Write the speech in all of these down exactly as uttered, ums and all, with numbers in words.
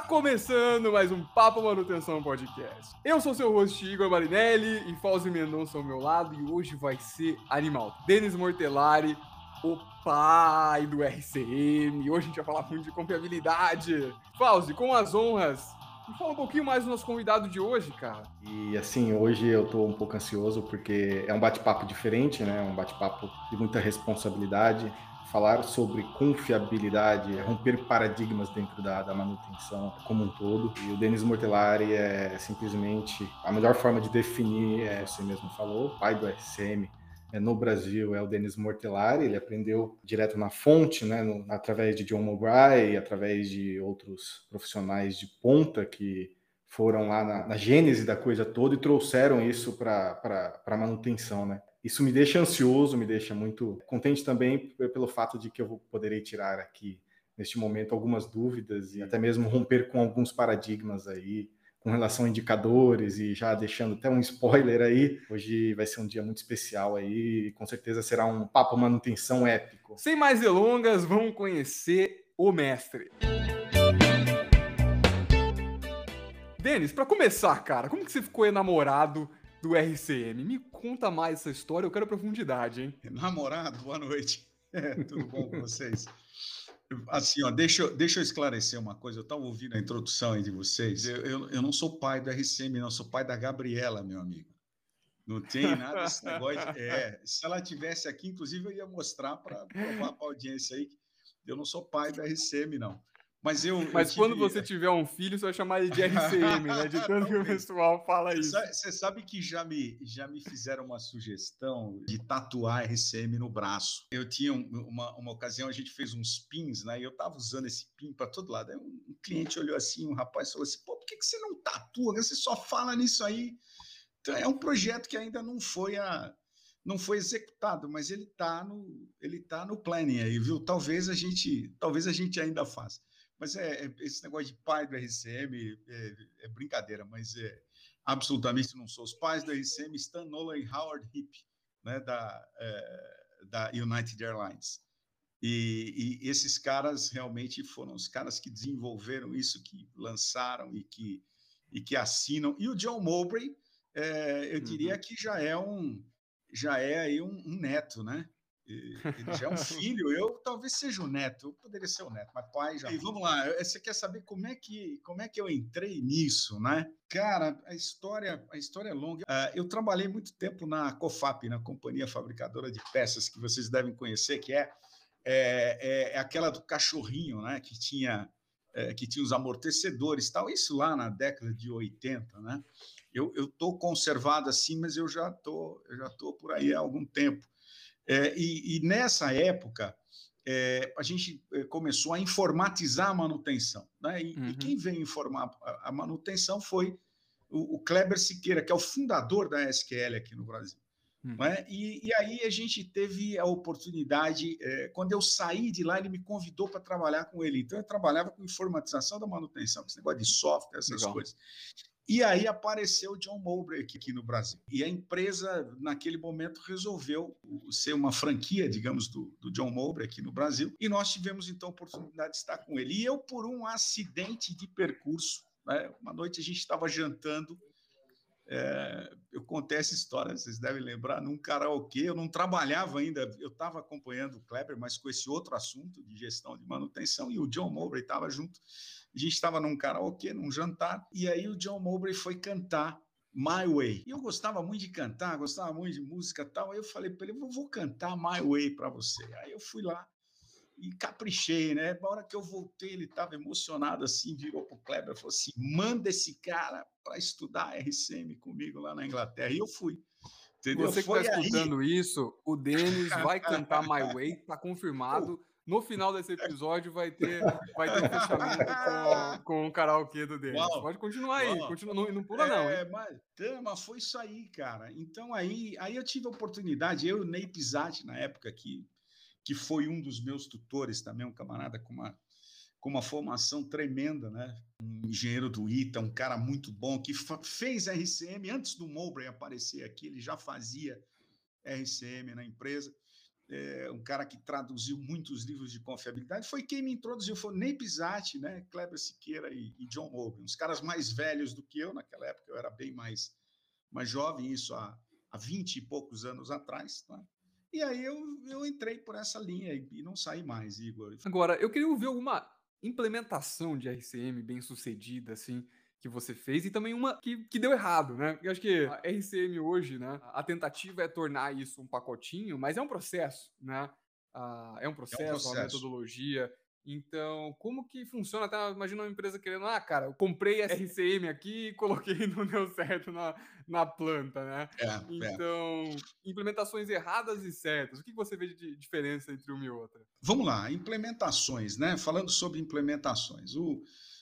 Começando mais um Papo Manutenção Podcast. Eu sou seu host Igor Marinelli e Fauzi Mendonça ao meu lado e hoje vai ser animal. Denis Mortellari, o pai do R C M. Hoje a gente vai falar muito de confiabilidade. Fauzi, com as honras, me fala um pouquinho mais do nosso convidado de hoje, cara. E assim, hoje eu tô um pouco ansioso porque é um bate-papo diferente, né? Um bate-papo de muita responsabilidade. Falar sobre confiabilidade, romper paradigmas dentro da, da manutenção como um todo. E o Denis Mortellari é simplesmente a melhor forma de definir, é, você mesmo falou, pai do R C M. É, no Brasil é o Denis Mortellari, ele aprendeu direto na fonte, né, no, através de John Mowbray, através de outros profissionais de ponta que foram lá na, na gênese da coisa toda e trouxeram isso para a manutenção, né? Isso me deixa ansioso, me deixa muito contente também pelo fato de que eu poderei tirar aqui, neste momento, algumas dúvidas e até mesmo romper com alguns paradigmas aí, com relação a indicadores e já deixando até um spoiler aí. Hoje vai ser um dia muito especial aí e com certeza será um papo manutenção épico. Sem mais delongas, vamos conhecer o mestre. Denis, para começar, cara, como que você ficou enamorado do R C M? Me conta mais essa história, eu quero profundidade, hein? Namorado, boa noite. É, tudo bom com vocês? Assim, ó, deixa, eu, deixa eu esclarecer uma coisa. Eu estava ouvindo a introdução aí de vocês. Eu, eu, eu não sou pai do R C M, não. Eu sou pai da Gabriela, meu amigo. Não tem nada desse negócio. De, é, se ela tivesse aqui, inclusive, eu ia mostrar para provar para a audiência aí que eu não sou pai do R C M, não. Mas, eu, Mas eu tive... quando você tiver um filho, você vai chamar ele de R C M, né? De tanto que o pessoal fala você isso. Sabe, você sabe que já me, já me fizeram uma sugestão de tatuar R C M no braço. Eu tinha uma, uma ocasião, a gente fez uns pins, né? E eu tava usando esse pin para todo lado. Aí um, um cliente olhou assim, um rapaz falou assim, pô, por que, que você não tatua? Você só fala nisso aí. Então, é um projeto que ainda não foi a... não foi executado, mas ele está no, ele tá no planning aí, viu? Talvez a gente, talvez a gente ainda faça. Mas é, é esse negócio de pai do R C M é, é brincadeira, mas é, absolutamente não sou. Os pais do R C M, Stan Nolan e Howard Hip, né, da, é, da United Airlines. E, e esses caras realmente foram os caras que desenvolveram isso, que lançaram e que, e que assinam. E o John Mowbray, é, eu diria uhum. que já é um, já é aí um, um neto, né? Ele já é um filho, eu talvez seja o neto, eu poderia ser o neto, mas pai já. E vamos lá, você quer saber como é que, como é que eu entrei nisso, né? Cara, a história, a história é longa. Uh, eu trabalhei muito tempo na COFAP, na Companhia Fabricadora de Peças, que vocês devem conhecer, que é, é, é aquela do cachorrinho, né? Que tinha, é, que tinha os amortecedores, tal. Isso lá na década de oitenta, né? Eu estou conservado assim, mas eu já tô, eu já tô por aí há algum tempo. É, e, e nessa época, é, a gente começou a informatizar a manutenção, né? E, uhum. e quem veio informar a, a manutenção foi o, o Kleber Siqueira, que é o fundador da S Q L aqui no Brasil. Uhum. Né? E, e aí a gente teve a oportunidade, é, quando eu saí de lá, ele me convidou para trabalhar com ele. Então, eu trabalhava com informatização da manutenção, esse negócio de software, essas Legal. coisas. E aí apareceu o John Mowbray aqui, aqui no Brasil. E a empresa, naquele momento, resolveu ser uma franquia, digamos, do, do John Mowbray aqui no Brasil. E nós tivemos, então, a oportunidade de estar com ele. E eu, por um acidente de percurso, né, uma noite a gente estava jantando, é, eu contei essa história, vocês devem lembrar, num karaokê. Eu não trabalhava ainda, eu estava acompanhando o Kleber, mas com esse outro assunto de gestão de manutenção, e o John Mowbray estava junto. A gente estava num karaokê, num jantar, e aí o John Mowbray foi cantar My Way. E eu gostava muito de cantar, gostava muito de música e tal. Aí eu falei para ele, eu vou cantar My Way para você. Aí eu fui lá e caprichei, né? Na hora que eu voltei, ele estava emocionado assim, virou para o Kleber e falou assim, manda esse cara para estudar R C M comigo lá na Inglaterra. E eu fui. Entendeu? Você que está escutando aí... isso, o Denis vai cantar My Way, está confirmado. No final desse episódio vai ter, vai ter um fechamento com, com o karaokê do Denis. Uau, Pode continuar uau. aí, continua, não, não pula é, não, hein? Mas, mas foi isso aí, cara. Então aí, aí eu tive a oportunidade, eu e o Ney Pizzati, na época que, que foi um dos meus tutores também, um camarada com uma, com uma formação tremenda, né? Um engenheiro do I T A, um cara muito bom, que fez R C M antes do Mowbray aparecer aqui, ele já fazia R C M na empresa. é, um cara que traduziu muitos livros de confiabilidade, foi quem me introduziu, foi Ney Pizzatti, né, Kleber Siqueira e, e John Mobley, uns caras mais velhos do que eu, naquela época eu era bem mais, mais jovem, isso há, há vinte e poucos anos atrás, tá? E aí eu, eu entrei por essa linha e, e não saí mais, Igor. Agora, eu queria ouvir alguma implementação de R C M bem sucedida, assim, que você fez, e também uma que, que deu errado, né? Porque eu acho que a R C M hoje, né, a tentativa é tornar isso um pacotinho, mas é um processo, né? Ah, é um É um processo, uma processo. metodologia. Então, como que funciona? Até imagina uma empresa querendo, ah, cara, eu comprei R C M aqui e coloquei e não deu certo na, na planta, né? É, é. Então, implementações erradas e certas. O que você vê de diferença entre uma e outra? Vamos lá, implementações, né? Falando sobre implementações. O,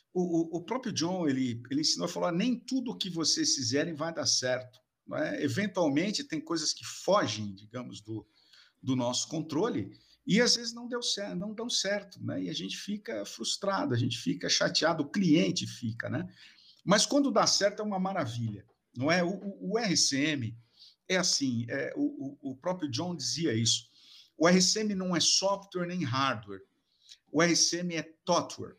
o, o próprio John, ele, ele ensinou a falar, nem tudo que vocês fizerem vai dar certo. Não é? Eventualmente, tem coisas que fogem, digamos, do, do nosso controle, e às vezes não deu certo, não dão certo, né? E a gente fica frustrado, a gente fica chateado, o cliente fica, né? Mas quando dá certo é uma maravilha, não é? O, o, o R C M é assim, é, o, o próprio John dizia isso. O R C M não é software nem hardware. O R C M é thoughtware.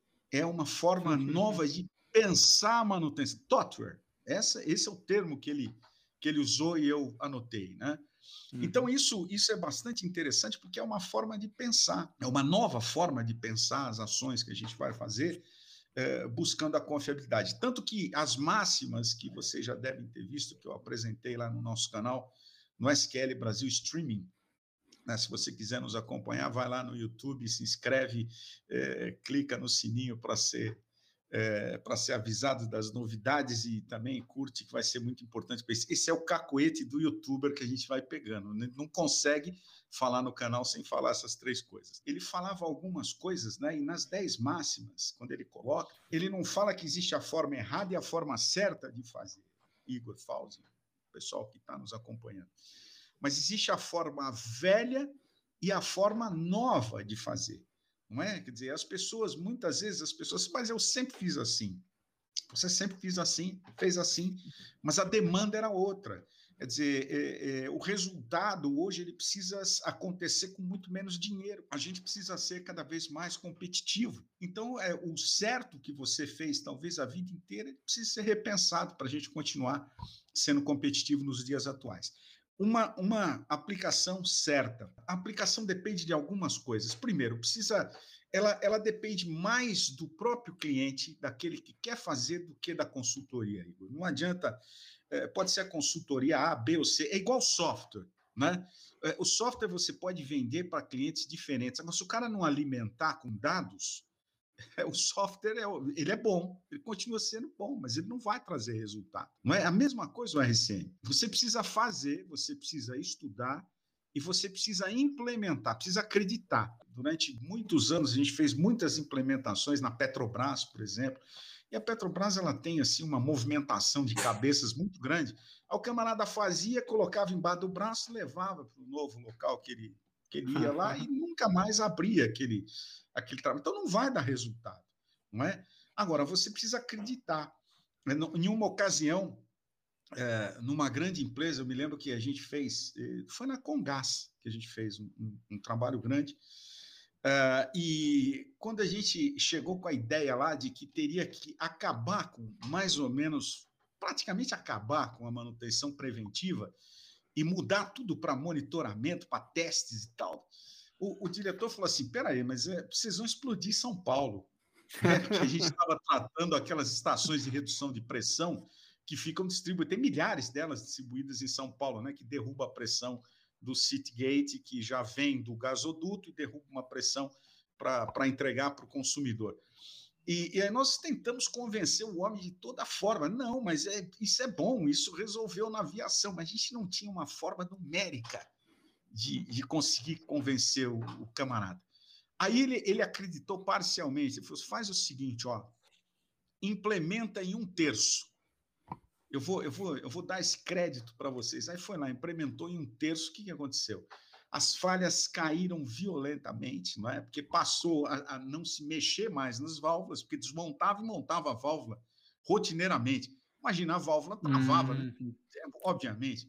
É uma forma nova de pensar a manutenção. Thoughtware. Essa, esse é o termo que ele, que ele usou e eu anotei, né? Uhum. Então, isso, isso é bastante interessante porque é uma forma de pensar, é uma nova forma de pensar as ações que a gente vai fazer é, buscando a confiabilidade. Tanto que as máximas que vocês já devem ter visto, que eu apresentei lá no nosso canal, no S Q L Brasil Streaming, né? Se você quiser nos acompanhar, vai lá no YouTube, se inscreve, é, clica no sininho para ser É, para ser avisado das novidades e também curte, que vai ser muito importante para isso. Esse é o cacoete do youtuber que a gente vai pegando. Não consegue falar no canal sem falar essas três coisas. Ele falava algumas coisas, né? E nas dez máximas, quando ele coloca, ele não fala que existe a forma errada e a forma certa de fazer. Igor Fauzi, o pessoal que está nos acompanhando. Mas existe a forma velha e a forma nova de fazer. Não é? Quer dizer, as pessoas, muitas vezes, as pessoas, mas eu sempre fiz assim. Você sempre fez assim, fez assim, mas a demanda era outra. Quer dizer, é, é, o resultado hoje ele precisa acontecer com muito menos dinheiro. A gente precisa ser cada vez mais competitivo. Então, é, o certo que você fez, talvez a vida inteira, ele precisa ser repensado para a gente continuar sendo competitivo nos dias atuais. Uma, uma aplicação certa. A aplicação depende de algumas coisas. Primeiro, precisa, ela, ela depende mais do próprio cliente, daquele que quer fazer, do que da consultoria, Igor. Não adianta, é, pode ser a consultoria A, B ou C, é igual software, né? É, o software você pode vender para clientes diferentes. Agora, se o cara não alimentar com dados, o software é, ele é bom, ele continua sendo bom, mas ele não vai trazer resultado. Não é a mesma coisa o R C M. Você precisa fazer, você precisa estudar e você precisa implementar, precisa acreditar. Durante muitos anos a gente fez muitas implementações na Petrobras, por exemplo, e a Petrobras ela tem assim uma movimentação de cabeças muito grande. O camarada fazia, colocava embaixo do braço, levava para o novo local que ele que ele ia lá e nunca mais abria aquele, aquele trabalho. Então, não vai dar resultado, não é? Agora, você precisa acreditar. Em uma ocasião, é, numa grande empresa, eu me lembro que a gente fez, foi na Comgás que a gente fez um, um, um trabalho grande, é, e quando a gente chegou com a ideia lá de que teria que acabar com, mais ou menos, praticamente acabar com a manutenção preventiva, e mudar tudo para monitoramento, para testes e tal. O, o diretor falou assim, peraí, mas é, vocês vão explodir São Paulo. É, porque a gente estava tratando aquelas estações de redução de pressão que ficam distribuídas, tem milhares delas distribuídas em São Paulo, né, que derruba a pressão do Citygate, que já vem do gasoduto e derruba uma pressão para entregar para o consumidor. E, e aí nós tentamos convencer o homem de toda forma. Não, mas é, isso é bom, isso resolveu na aviação, mas a gente não tinha uma forma numérica de, de conseguir convencer o, o camarada. Aí ele, ele acreditou parcialmente, ele falou, faz o seguinte, ó, implementa em um terço. Eu vou, eu vou, eu vou dar esse crédito para vocês. Aí foi lá, implementou em um terço, o que, que aconteceu? As falhas caíram violentamente, não é? Porque passou a, a não se mexer mais nas válvulas, porque desmontava e montava a válvula rotineiramente. Imagina, a válvula travava, hum. né? Obviamente.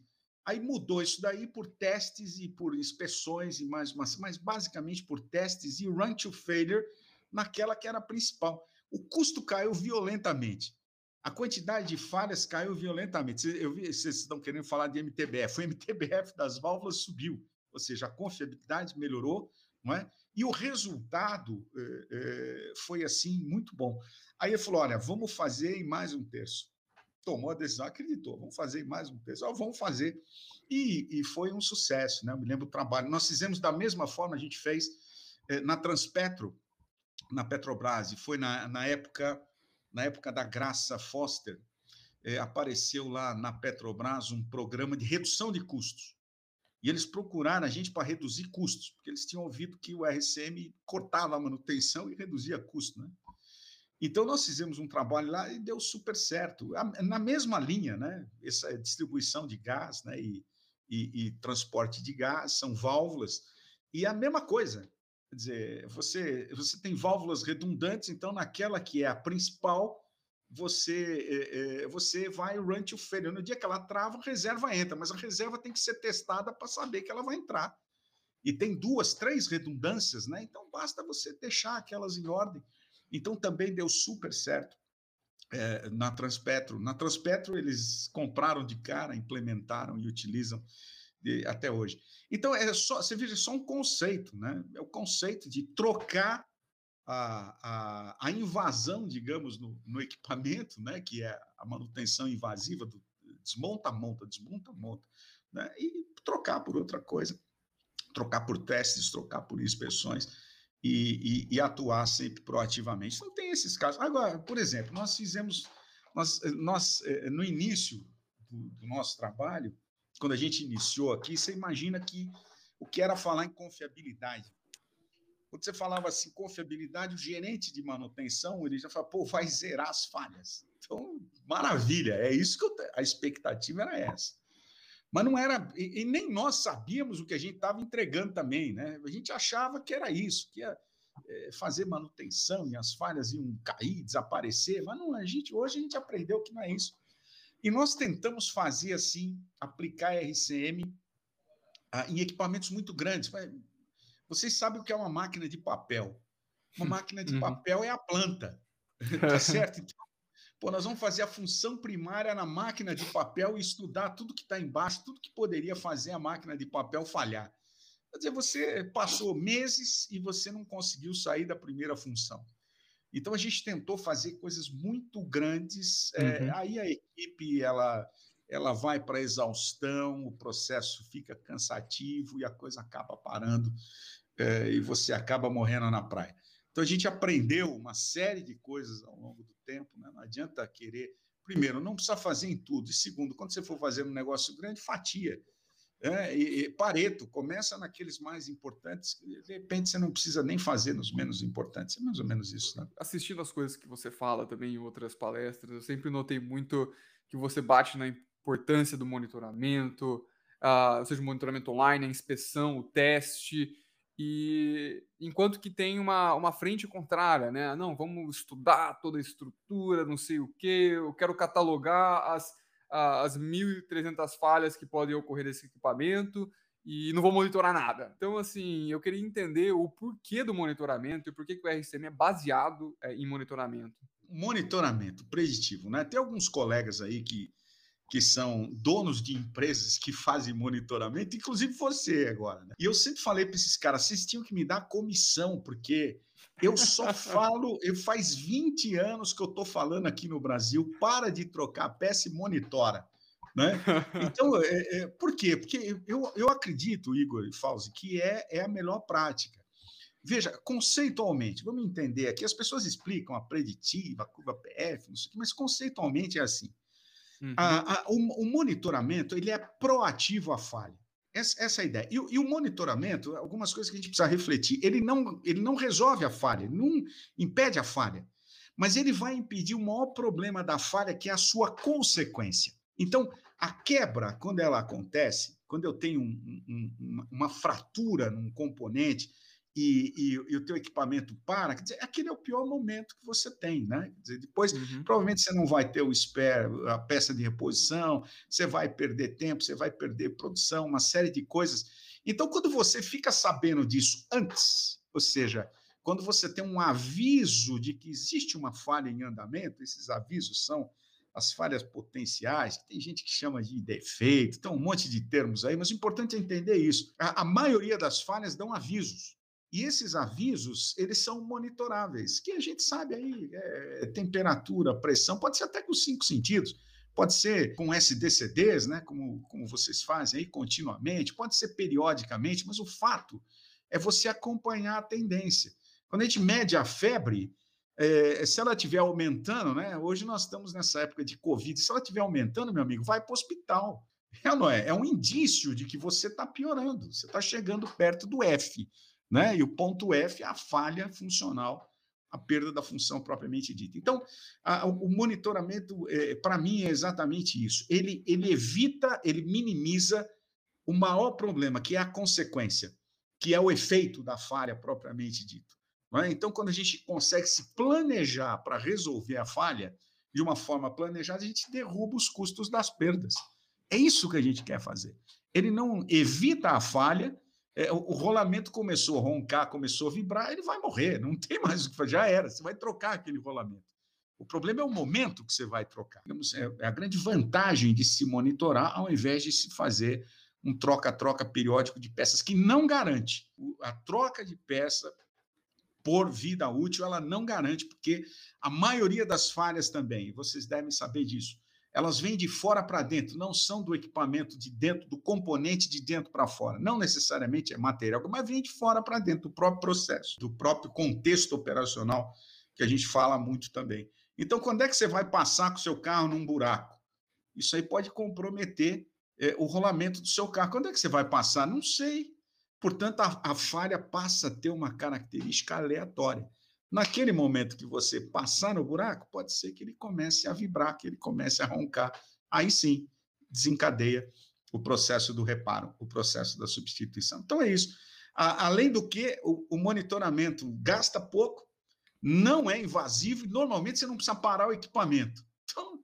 Aí mudou isso daí por testes e por inspeções, e mais, mas, mas basicamente por testes e run to failure naquela que era a principal. O custo caiu violentamente. A quantidade de falhas caiu violentamente. Eu vi, vocês estão querendo falar de M T B F. O M T B F das válvulas subiu, ou seja, a confiabilidade melhorou, não é? E o resultado é, é, foi assim muito bom. Aí ele falou: olha, vamos fazer em mais um terço. Tomou a decisão, acreditou, vamos fazer em mais um terço, oh, vamos fazer. E, e foi um sucesso, né? Eu me lembro do trabalho. Nós fizemos da mesma forma, a gente fez é, na Transpetro, na Petrobras, e foi na, na época. Na época da Graça Foster, eh, apareceu lá na Petrobras um programa de redução de custos. E eles procuraram a gente para reduzir custos, porque eles tinham ouvido que o R C M cortava a manutenção e reduzia custo, né? Então, nós fizemos um trabalho lá e deu super certo. Na mesma linha, né? Essa distribuição de gás, né? e, e, e transporte de gás, são válvulas, e a mesma coisa. Quer dizer, você, você tem válvulas redundantes, então, naquela que é a principal, você, é, você vai run to failure. No dia que ela trava, a reserva entra, mas a reserva tem que ser testada para saber que ela vai entrar. E tem duas, três redundâncias, né? Então, basta você deixar aquelas em ordem. Então, também deu super certo é, na Transpetro. Na Transpetro, eles compraram de cara, implementaram e utilizam de, até hoje. Então, é só, você veja, é só um conceito, né? É o conceito de trocar a, a, a invasão, digamos, no, no equipamento, né? Que é a manutenção invasiva do desmonta, monta, desmonta, monta, né? E trocar por outra coisa, trocar por testes, trocar por inspeções e, e, e atuar sempre proativamente. Não tem esses casos. Agora, por exemplo, nós fizemos, nós, nós no início do, do nosso trabalho, quando a gente iniciou aqui, você imagina que o que era falar em confiabilidade. Quando você falava assim, confiabilidade, o gerente de manutenção, ele já falava, pô, vai zerar as falhas. Então, maravilha, é isso que eu, a expectativa era essa. Mas não era, e, e nem nós sabíamos o que a gente estava entregando também, né? A gente achava que era isso, que ia é, fazer manutenção e as falhas iam cair, desaparecer, mas não, a gente, hoje a gente aprendeu que não é isso. E nós tentamos fazer assim, aplicar R C M ah, em equipamentos muito grandes. Vocês sabem o que é uma máquina de papel. Uma máquina de papel é a planta, tá certo? Então, pô, nós vamos fazer a função primária na máquina de papel e estudar tudo que está embaixo, tudo que poderia fazer a máquina de papel falhar. Quer dizer, você passou meses e você não conseguiu sair da primeira função. Então, a gente tentou fazer coisas muito grandes, uhum. é, aí a equipe ela, ela vai para a exaustão, o processo fica cansativo e a coisa acaba parando é, e você acaba morrendo na praia. Então, a gente aprendeu uma série de coisas ao longo do tempo, né? Não adianta querer... Primeiro, não precisa fazer em tudo. E segundo, quando você for fazer um negócio grande, fatia. É, e, e Pareto, começa naqueles mais importantes, que de repente você não precisa nem fazer nos menos importantes. É mais ou menos isso, né? Assistindo as coisas que você fala também em outras palestras, eu sempre notei muito que você bate na importância do monitoramento, uh, ou seja, o monitoramento online, a inspeção, o teste... E enquanto que tem uma, uma frente contrária, né? Não, vamos estudar toda a estrutura, não sei o quê, eu quero catalogar as, as mil e trezentas falhas que podem ocorrer nesse equipamento e não vou monitorar nada. Então, assim, eu queria entender o porquê do monitoramento e por que o R C M é baseado é, em monitoramento. Monitoramento preditivo, né? Tem alguns colegas aí que que são donos de empresas que fazem monitoramento, inclusive você agora. Né? E eu sempre falei para esses caras, vocês tinham que me dar comissão, porque eu só falo, eu faz vinte anos que eu estou falando aqui no Brasil, para de trocar peça e monitora. Né? Então, é, é, por quê? Porque eu, eu acredito, Igor e Fauzi, que é, é a melhor prática. Veja, conceitualmente, vamos entender aqui, as pessoas explicam a preditiva, a curva P F, não sei o que, mas conceitualmente é assim. Uhum. A, a, o, o monitoramento ele é proativo à falha. Essa, essa é a ideia. E, e o monitoramento, algumas coisas que a gente precisa refletir, ele não, ele não resolve a falha, ele não impede a falha, mas ele vai impedir o maior problema da falha, que é a sua consequência. Então, a quebra, quando ela acontece, quando eu tenho um, um, uma, uma fratura num componente e, e, e o teu equipamento para, quer dizer, aquele é o pior momento que você tem, né? Quer dizer, depois, Uhum. provavelmente você não vai ter o spare, a peça de reposição, você vai perder tempo, você vai perder produção, uma série de coisas. Então, quando você fica sabendo disso antes, ou seja, quando você tem um aviso de que existe uma falha em andamento, esses avisos são as falhas potenciais, que tem gente que chama de defeito, tem um monte de termos aí, mas o importante é entender isso. A, a maioria das falhas dão avisos. E esses avisos, eles são monitoráveis, que a gente sabe aí, é, temperatura, pressão, pode ser até com cinco sentidos, pode ser com S D C Ds, né, como, como vocês fazem aí continuamente, pode ser periodicamente, mas o fato é você acompanhar a tendência. Quando a gente mede a febre, é, se ela estiver aumentando, né, hoje nós estamos nessa época de Covid, se ela estiver aumentando, meu amigo, vai para o hospital. É, não é? É um indício de que você está piorando, você está chegando perto do F. Né? E o ponto F é a falha funcional, a perda da função propriamente dita. Então, a, o monitoramento, é, para mim, é exatamente isso. Ele, ele evita, ele minimiza o maior problema, que é a consequência, que é o efeito da falha propriamente dito. Não é? Então, quando a gente consegue se planejar para resolver a falha de uma forma planejada, a gente derruba os custos das perdas. É isso que a gente quer fazer. Ele não evita a falha. É, o, o rolamento começou a roncar, começou a vibrar, ele vai morrer, não tem mais o que fazer, já era, você vai trocar aquele rolamento. O problema é o momento que você vai trocar. É a grande vantagem de se monitorar ao invés de se fazer um troca-troca periódico de peças, que não garante. A troca de peça por vida útil, ela não garante, porque a maioria das falhas também, vocês devem saber disso, elas vêm de fora para dentro, não são do equipamento de dentro, do componente de dentro para fora. Não necessariamente é material, mas vem de fora para dentro, do próprio processo, do próprio contexto operacional, que a gente fala muito também. Então, quando é que você vai passar com o seu carro num buraco? Isso aí pode comprometer é, o rolamento do seu carro. Quando é que você vai passar? Não sei. Portanto, a, a falha passa a ter uma característica aleatória. Naquele momento que você passar no buraco, pode ser que ele comece a vibrar, que ele comece a roncar. Aí sim, desencadeia o processo do reparo, o processo da substituição. Então é isso. A, além do que, o, o monitoramento gasta pouco, não é invasivo e normalmente você não precisa parar o equipamento. Então,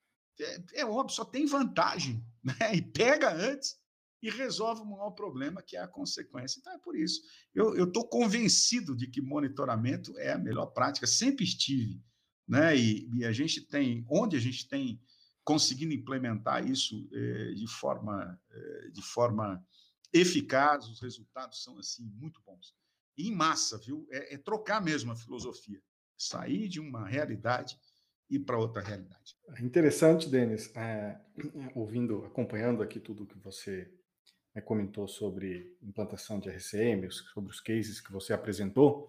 é, é óbvio, só tem vantagem, né? E pega antes e resolve o maior problema, que é a consequência. Então, é por isso. Eu estou convencido de que monitoramento é a melhor prática, sempre estive. Né? E, e a gente tem, onde a gente tem conseguido implementar isso eh, de, forma, eh, de forma eficaz, os resultados são assim muito bons. E em massa, viu? É, é trocar mesmo a filosofia, sair de uma realidade e ir para outra realidade. Interessante, Denis, é, ouvindo, acompanhando aqui tudo que você né, comentou sobre implantação de R C M, sobre os cases que você apresentou.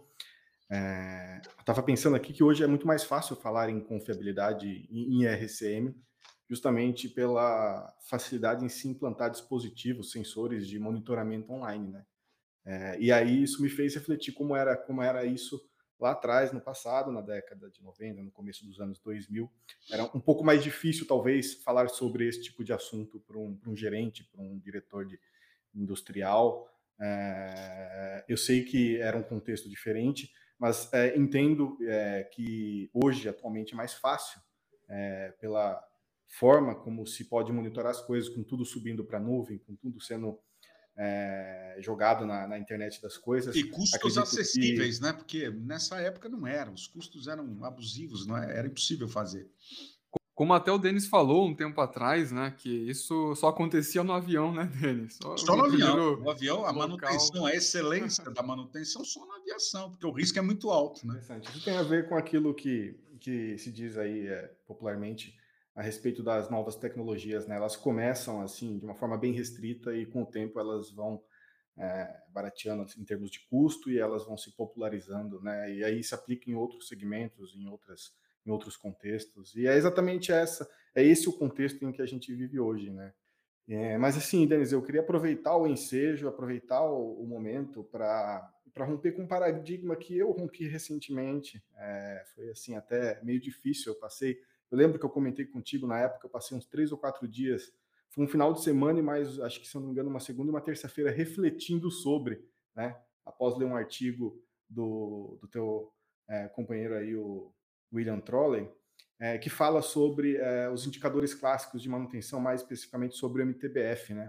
É, eu estava pensando aqui que hoje é muito mais fácil falar em confiabilidade em, em R C M, justamente pela facilidade em se implantar dispositivos, sensores de monitoramento online, né? É, e aí isso me fez refletir como era, como era isso lá atrás, no passado, na década de noventa, no começo dos anos dois mil. Era um pouco mais difícil, talvez, falar sobre esse tipo de assunto para um, para um gerente, para um diretor de industrial. É, eu sei que era um contexto diferente, mas é, entendo é, que hoje, atualmente, é mais fácil, é, pela forma como se pode monitorar as coisas, com tudo subindo para a nuvem, com tudo sendo é, jogado na, na internet das coisas. E custos acessíveis, que... né? Porque nessa época não eram, os custos eram abusivos, não é? Era impossível fazer. Como até o Denis falou um tempo atrás, né? Que isso só acontecia no avião, né, Denis? Só, só no avião. No avião, a local... manutenção, a excelência da manutenção só na aviação, porque o risco é muito alto, né? Interessante. Isso tem a ver com aquilo que, que se diz aí é, popularmente a respeito das novas tecnologias, né? Elas começam assim de uma forma bem restrita e com o tempo elas vão é, barateando assim, em termos de custo e elas vão se popularizando, né? E aí se aplica em outros segmentos, em outras em outros contextos. E é exatamente essa, é esse o contexto em que a gente vive hoje, né? É, mas assim, Denis, eu queria aproveitar o ensejo, aproveitar o, o momento para para romper com um paradigma que eu rompi recentemente. É, foi assim até meio difícil. Eu passei, eu lembro que eu comentei contigo na época, eu passei uns três ou quatro dias. Foi um final de semana e mais, acho que se eu não me engano, uma segunda e uma terça-feira refletindo sobre, né, após ler um artigo do, do teu é, companheiro aí, o William Trolley, é, que fala sobre é, os indicadores clássicos de manutenção, mais especificamente sobre o M T B F, né?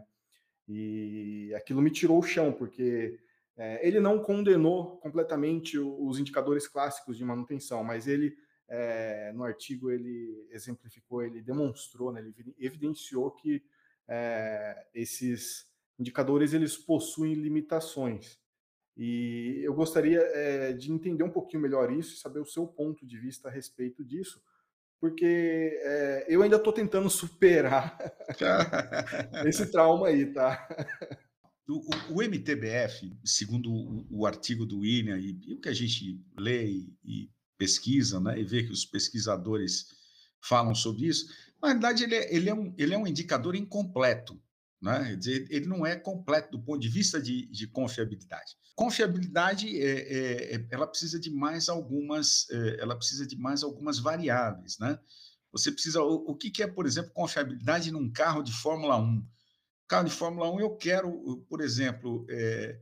E aquilo me tirou o chão, porque é, ele não condenou completamente os indicadores clássicos de manutenção, mas ele, é, no artigo, ele exemplificou, ele demonstrou, né, ele evidenciou que é, esses indicadores eles possuem limitações. E eu gostaria é, de entender um pouquinho melhor isso e saber o seu ponto de vista a respeito disso, porque é, eu ainda estou tentando superar esse trauma aí, tá? O, o, o M T B F, segundo o, o artigo do William e, e o que a gente lê e, e pesquisa, né, e vê que os pesquisadores falam sobre isso, na verdade ele é, ele é, um, ele é um indicador incompleto. Né? Quer dizer, ele não é completo do ponto de vista de, de confiabilidade. Confiabilidade é, é, ela precisa de mais algumas, é, ela precisa de mais algumas variáveis, né? Você precisa, o, o que é, por exemplo, confiabilidade num carro de Fórmula um? Carro de Fórmula um, eu quero, por exemplo, é,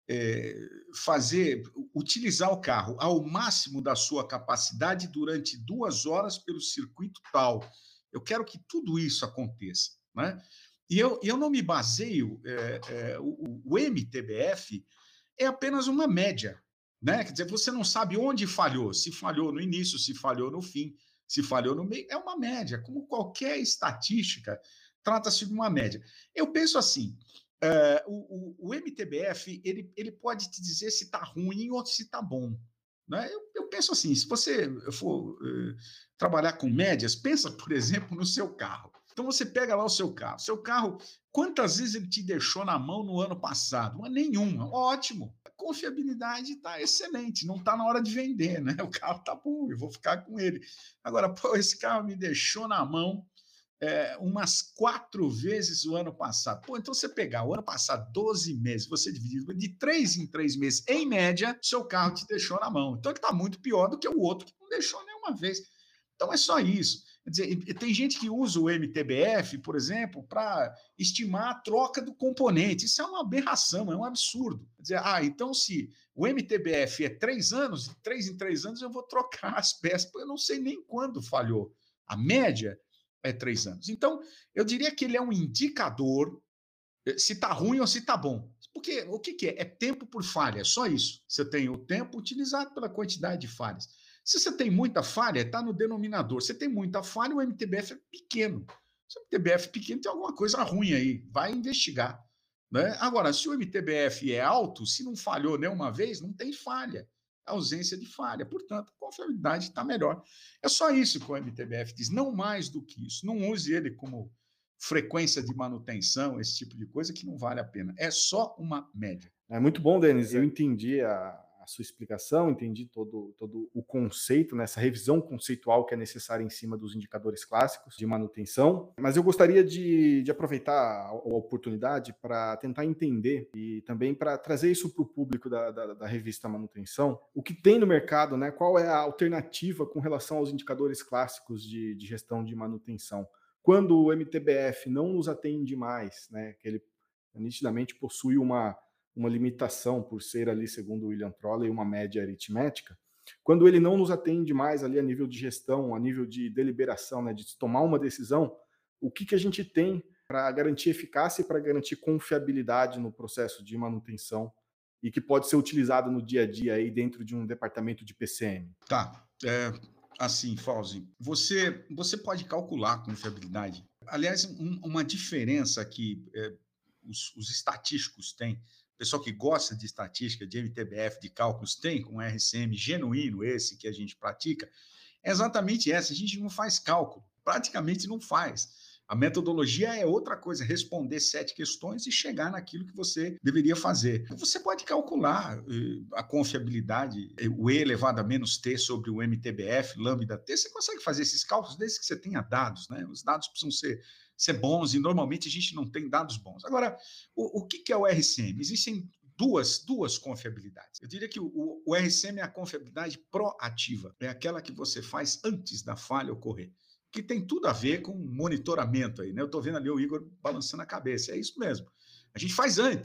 é, fazer, utilizar o carro ao máximo da sua capacidade durante duas horas pelo circuito tal. Eu quero que tudo isso aconteça, né? E eu, eu não me baseio, é, é, o, o M T B F é apenas uma média, né? Quer dizer, você não sabe onde falhou, se falhou no início, se falhou no fim, se falhou no meio, é uma média, como qualquer estatística, trata-se de uma média. Eu penso assim, é, o, o, o M T B F, ele, ele pode te dizer se está ruim ou se está bom. Né? Eu, eu penso assim, se você for uh, trabalhar com médias, pensa, por exemplo, no seu carro. Então você pega lá o seu carro. Seu carro, quantas vezes ele te deixou na mão no ano passado? Mas nenhuma. Ótimo. A confiabilidade está excelente. Não está na hora de vender, né? O carro está bom, eu vou ficar com ele. Agora, pô, esse carro me deixou na mão é, umas quatro vezes o ano passado. Pô, então você pegar o ano passado, doze meses, você dividir de três em três meses, em média, seu carro te deixou na mão. Então ele está muito pior do que o outro que não deixou nenhuma vez. Então é só isso. Quer dizer, tem gente que usa o M T B F, por exemplo, para estimar a troca do componente. Isso é uma aberração, é um absurdo. Quer dizer, ah, então se o M T B F é três anos, de três em três anos eu vou trocar as peças, porque eu não sei nem quando falhou. A média é três anos. Então, eu diria que ele é um indicador se está ruim ou se está bom. Porque o que, que é? É tempo por falha, é só isso. Você tem o tempo utilizado pela quantidade de falhas. Se você tem muita falha, está no denominador. Se tem muita falha, o M T B F é pequeno. Se o M T B F é pequeno, tem alguma coisa ruim aí. Vai investigar. Né? Agora, se o M T B F é alto, se não falhou nenhuma vez, não tem falha. Ausência de falha. Portanto, a confiabilidade está melhor. É só isso que o M T B F diz, não mais do que isso. Não use ele como frequência de manutenção, esse tipo de coisa, que não vale a pena. É só uma média. É muito bom, Denis. Eu entendi a, a sua explicação, entendi todo, todo o conceito, né, essa revisão conceitual que é necessária em cima dos indicadores clássicos de manutenção. Mas eu gostaria de, de aproveitar a, a oportunidade para tentar entender e também para trazer isso para o público da, da, da revista Manutenção. O que tem no mercado, né, qual é a alternativa com relação aos indicadores clássicos de, de gestão de manutenção? Quando o M T B F não nos atende mais, né, que ele nitidamente possui uma, uma limitação por ser ali, segundo o William Trolley, uma média aritmética, quando ele não nos atende mais ali a nível de gestão, a nível de deliberação, né, de tomar uma decisão, o que, que a gente tem para garantir eficácia e para garantir confiabilidade no processo de manutenção e que pode ser utilizado no dia a dia aí dentro de um departamento de P C M? Tá, é... Assim, Fauzi, você, você pode calcular a confiabilidade. Aliás, um, uma diferença que é, os, os estatísticos têm, o pessoal que gosta de estatística, de M T B F, de cálculos, tem com R C M genuíno, esse que a gente pratica, é exatamente essa. A gente não faz cálculo, praticamente não faz. A metodologia é outra coisa, responder sete questões e chegar naquilo que você deveria fazer. Você pode calcular a confiabilidade, o E elevado a menos T sobre o M T B F, lambda T, você consegue fazer esses cálculos desde que você tenha dados, né? Os dados precisam ser, ser bons e normalmente a gente não tem dados bons. Agora, o, o que é o R C M? Existem duas, duas confiabilidades. Eu diria que o, o R C M é a confiabilidade proativa, é aquela que você faz antes da falha ocorrer, que tem tudo a ver com monitoramento aí, né? Eu estou vendo ali o Igor balançando a cabeça, é isso mesmo. A gente faz antes,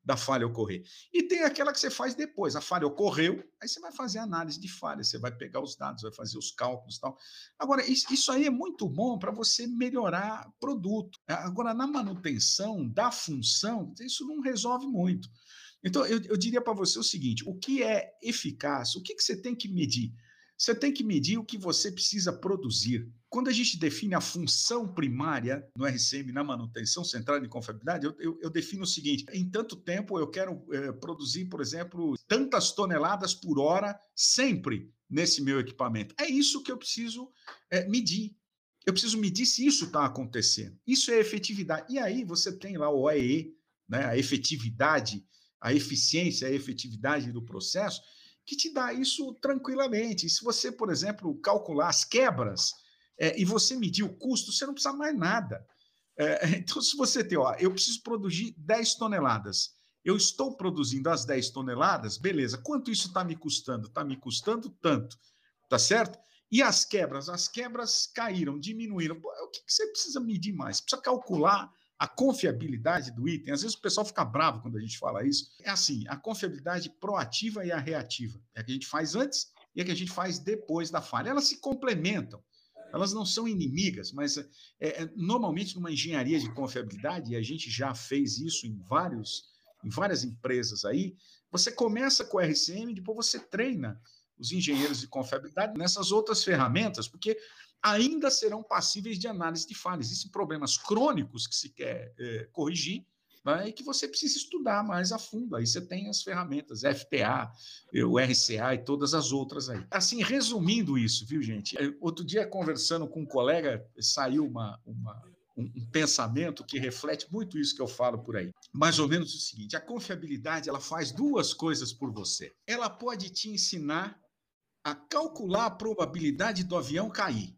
da falha ocorrer. E tem aquela que você faz depois. A falha ocorreu, aí você vai fazer a análise de falha, você vai pegar os dados, vai fazer os cálculos e tal. Agora, isso aí é muito bom para você melhorar o produto. Agora, na manutenção da função, isso não resolve muito. Então, eu, eu diria para você o seguinte, o que é eficaz? O que, que você tem que medir? Você tem que medir o que você precisa produzir. Quando a gente define a função primária no R C M, na manutenção centrada em confiabilidade, eu, eu, eu defino o seguinte, em tanto tempo eu quero é, produzir, por exemplo, tantas toneladas por hora sempre nesse meu equipamento. É isso que eu preciso é, medir. Eu preciso medir se isso está acontecendo. Isso é efetividade. E aí você tem lá o O E E, né, a efetividade, a eficiência, a efetividade do processo, que te dá isso tranquilamente. E se você, por exemplo, calcular as quebras é, e você medir o custo, você não precisa mais nada. É, então, se você tem, ó, eu preciso produzir dez toneladas, eu estou produzindo as dez toneladas, beleza, quanto isso está me custando? Está me custando tanto, tá certo? E as quebras? As quebras caíram, diminuíram. Pô, o que, que você precisa medir mais? Você precisa calcular a confiabilidade do item. Às vezes o pessoal fica bravo quando a gente fala isso. É assim, a confiabilidade proativa e a reativa. É a que a gente faz antes e a que a gente faz depois da falha. Elas se complementam. Elas não são inimigas, mas é, é, normalmente numa engenharia de confiabilidade, e a gente já fez isso em, vários, em várias empresas aí, você começa com o R C M e depois você treina os engenheiros de confiabilidade nessas outras ferramentas, porque ainda serão passíveis de análise de falhas. Existem problemas crônicos que se quer é, corrigir, né, e que você precisa estudar mais a fundo. Aí você tem as ferramentas, F T A, o R C A e todas as outras aí. Assim, resumindo isso, viu, gente? Outro dia, conversando com um colega, saiu uma, uma, um, um pensamento que reflete muito isso que eu falo por aí. Mais ou menos o seguinte, a confiabilidade ela faz duas coisas por você. Ela pode te ensinar a calcular a probabilidade do avião cair.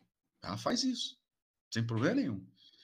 Ela faz isso, sem problema nenhum.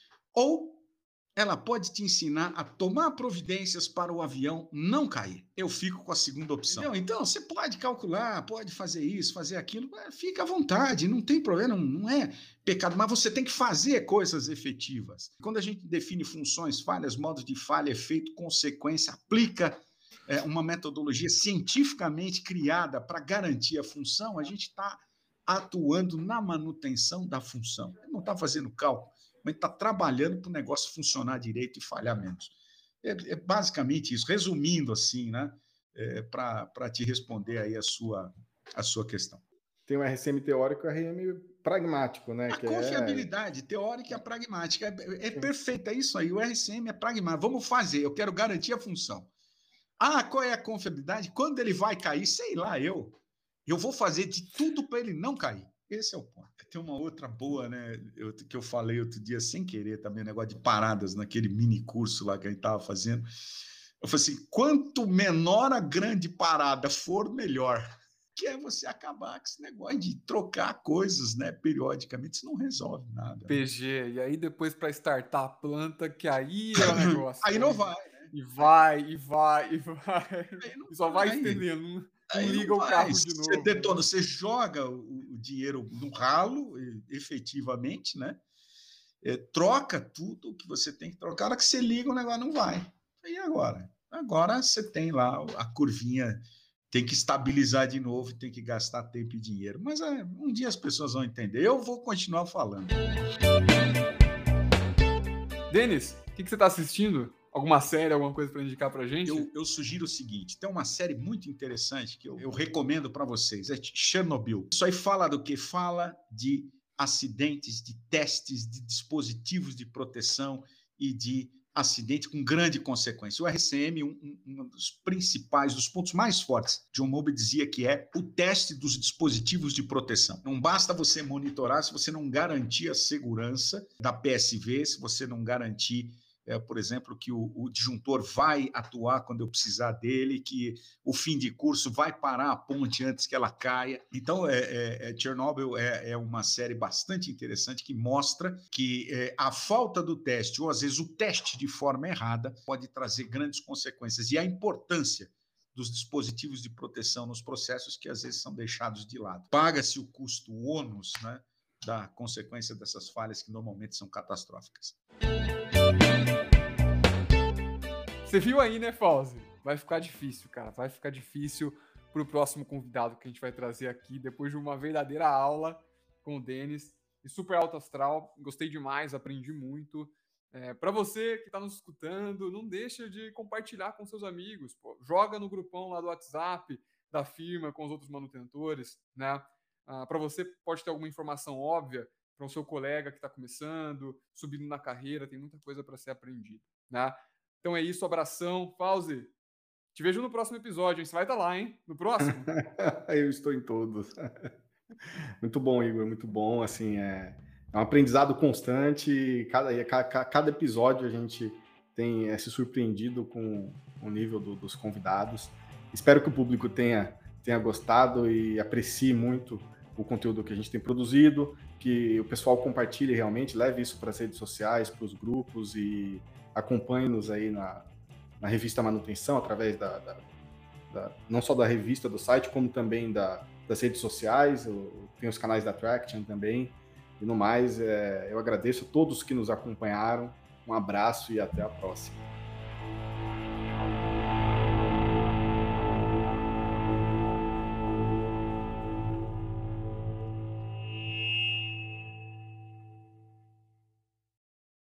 Ou ela pode te ensinar a tomar providências para o avião não cair. Eu fico com a segunda opção. Entendeu? Então, você pode calcular, pode fazer isso, fazer aquilo, fica à vontade, não tem problema, não, não é pecado, mas você tem que fazer coisas efetivas. Quando a gente define funções, falhas, modos de falha, efeito, consequência, aplica é, uma metodologia cientificamente criada para garantir a função, a gente está atuando na manutenção da função. Ele não está fazendo cálculo, mas está trabalhando para o negócio funcionar direito e falhar menos. É, é basicamente isso, resumindo assim, né, é, para te responder aí a sua, a sua questão. Tem o R C M teórico e o R C M pragmático, né? A que confiabilidade é... teórica e a pragmática é, é perfeita, é isso aí, o R C M é pragmático. Vamos fazer, eu quero garantir a função. Ah, qual é a confiabilidade? Quando ele vai cair, sei lá, eu... Eu vou fazer de tudo para ele não cair. Esse é o ponto. Tem uma outra boa, né? Eu, que eu falei outro dia sem querer também, um negócio de paradas naquele mini curso lá que a gente estava fazendo. Eu falei assim: quanto menor a grande parada for, melhor. Que é você acabar com esse negócio de trocar coisas, né? Periodicamente, isso não resolve nada. P G, e aí depois para startar a planta, que aí é o negócio. Aí não vai, né? E vai, e vai, e vai. E só vai, vai estendendo. Aí liga o carro de novo. Você detona, você joga o, o dinheiro no ralo, efetivamente, né? É, troca tudo que você tem que trocar. A hora que você liga, o negócio não vai. E agora? Agora você tem lá a curvinha, tem que estabilizar de novo, tem que gastar tempo e dinheiro. Mas é, um dia as pessoas vão entender. Eu vou continuar falando. Denis, o que, que você está assistindo? Alguma série, alguma coisa para indicar para a gente? Eu, eu sugiro o seguinte, tem uma série muito interessante que eu, eu recomendo para vocês, é Chernobyl. Isso aí fala do que? Fala de acidentes, de testes, de dispositivos de proteção e de acidente com grande consequência. O R C M, um, um dos principais, dos pontos mais fortes, John Mowbray dizia que é o teste dos dispositivos de proteção. Não basta você monitorar se você não garantir a segurança da P S V, se você não garantir É, por exemplo, que o, o disjuntor vai atuar quando eu precisar dele, que o fim de curso vai parar a ponte antes que ela caia. Então, é, é, é, Chernobyl é, é uma série bastante interessante que mostra que é, a falta do teste, ou às vezes o teste de forma errada, pode trazer grandes consequências. E a importância dos dispositivos de proteção nos processos que às vezes são deixados de lado. Paga-se o custo, o ônus, né, da consequência dessas falhas que normalmente são catastróficas. Você viu aí, né, Fauzi? Vai ficar difícil, cara. Vai ficar difícil pro próximo convidado que a gente vai trazer aqui, depois de uma verdadeira aula com o Denis. E super alto astral. Gostei demais, aprendi muito. É, para você que está nos escutando, não deixa de compartilhar com seus amigos. Pô. Joga no grupão lá do WhatsApp da firma com os outros manutentores, né? Ah, para você pode ter alguma informação óbvia para o seu colega que está começando, subindo na carreira, tem muita coisa para ser aprendida, né? Então é isso, abração. Fauzi, te vejo no próximo episódio, hein? Você vai estar lá, hein? No próximo? Eu estou em todos. Muito bom, Igor, muito bom. Assim, é, é um aprendizado constante. Cada, cada, cada episódio a gente tem é, se surpreendido com o nível do, dos convidados. Espero que o público tenha, tenha gostado e aprecie muito o conteúdo que a gente tem produzido, que o pessoal compartilhe realmente, leve isso para as redes sociais, para os grupos e acompanhe-nos aí na, na revista Manutenção, através da, da, da, não só da revista, do site, como também da, das redes sociais, tem os canais da Traction também. E no mais, é, eu agradeço a todos que nos acompanharam, um abraço e até a próxima.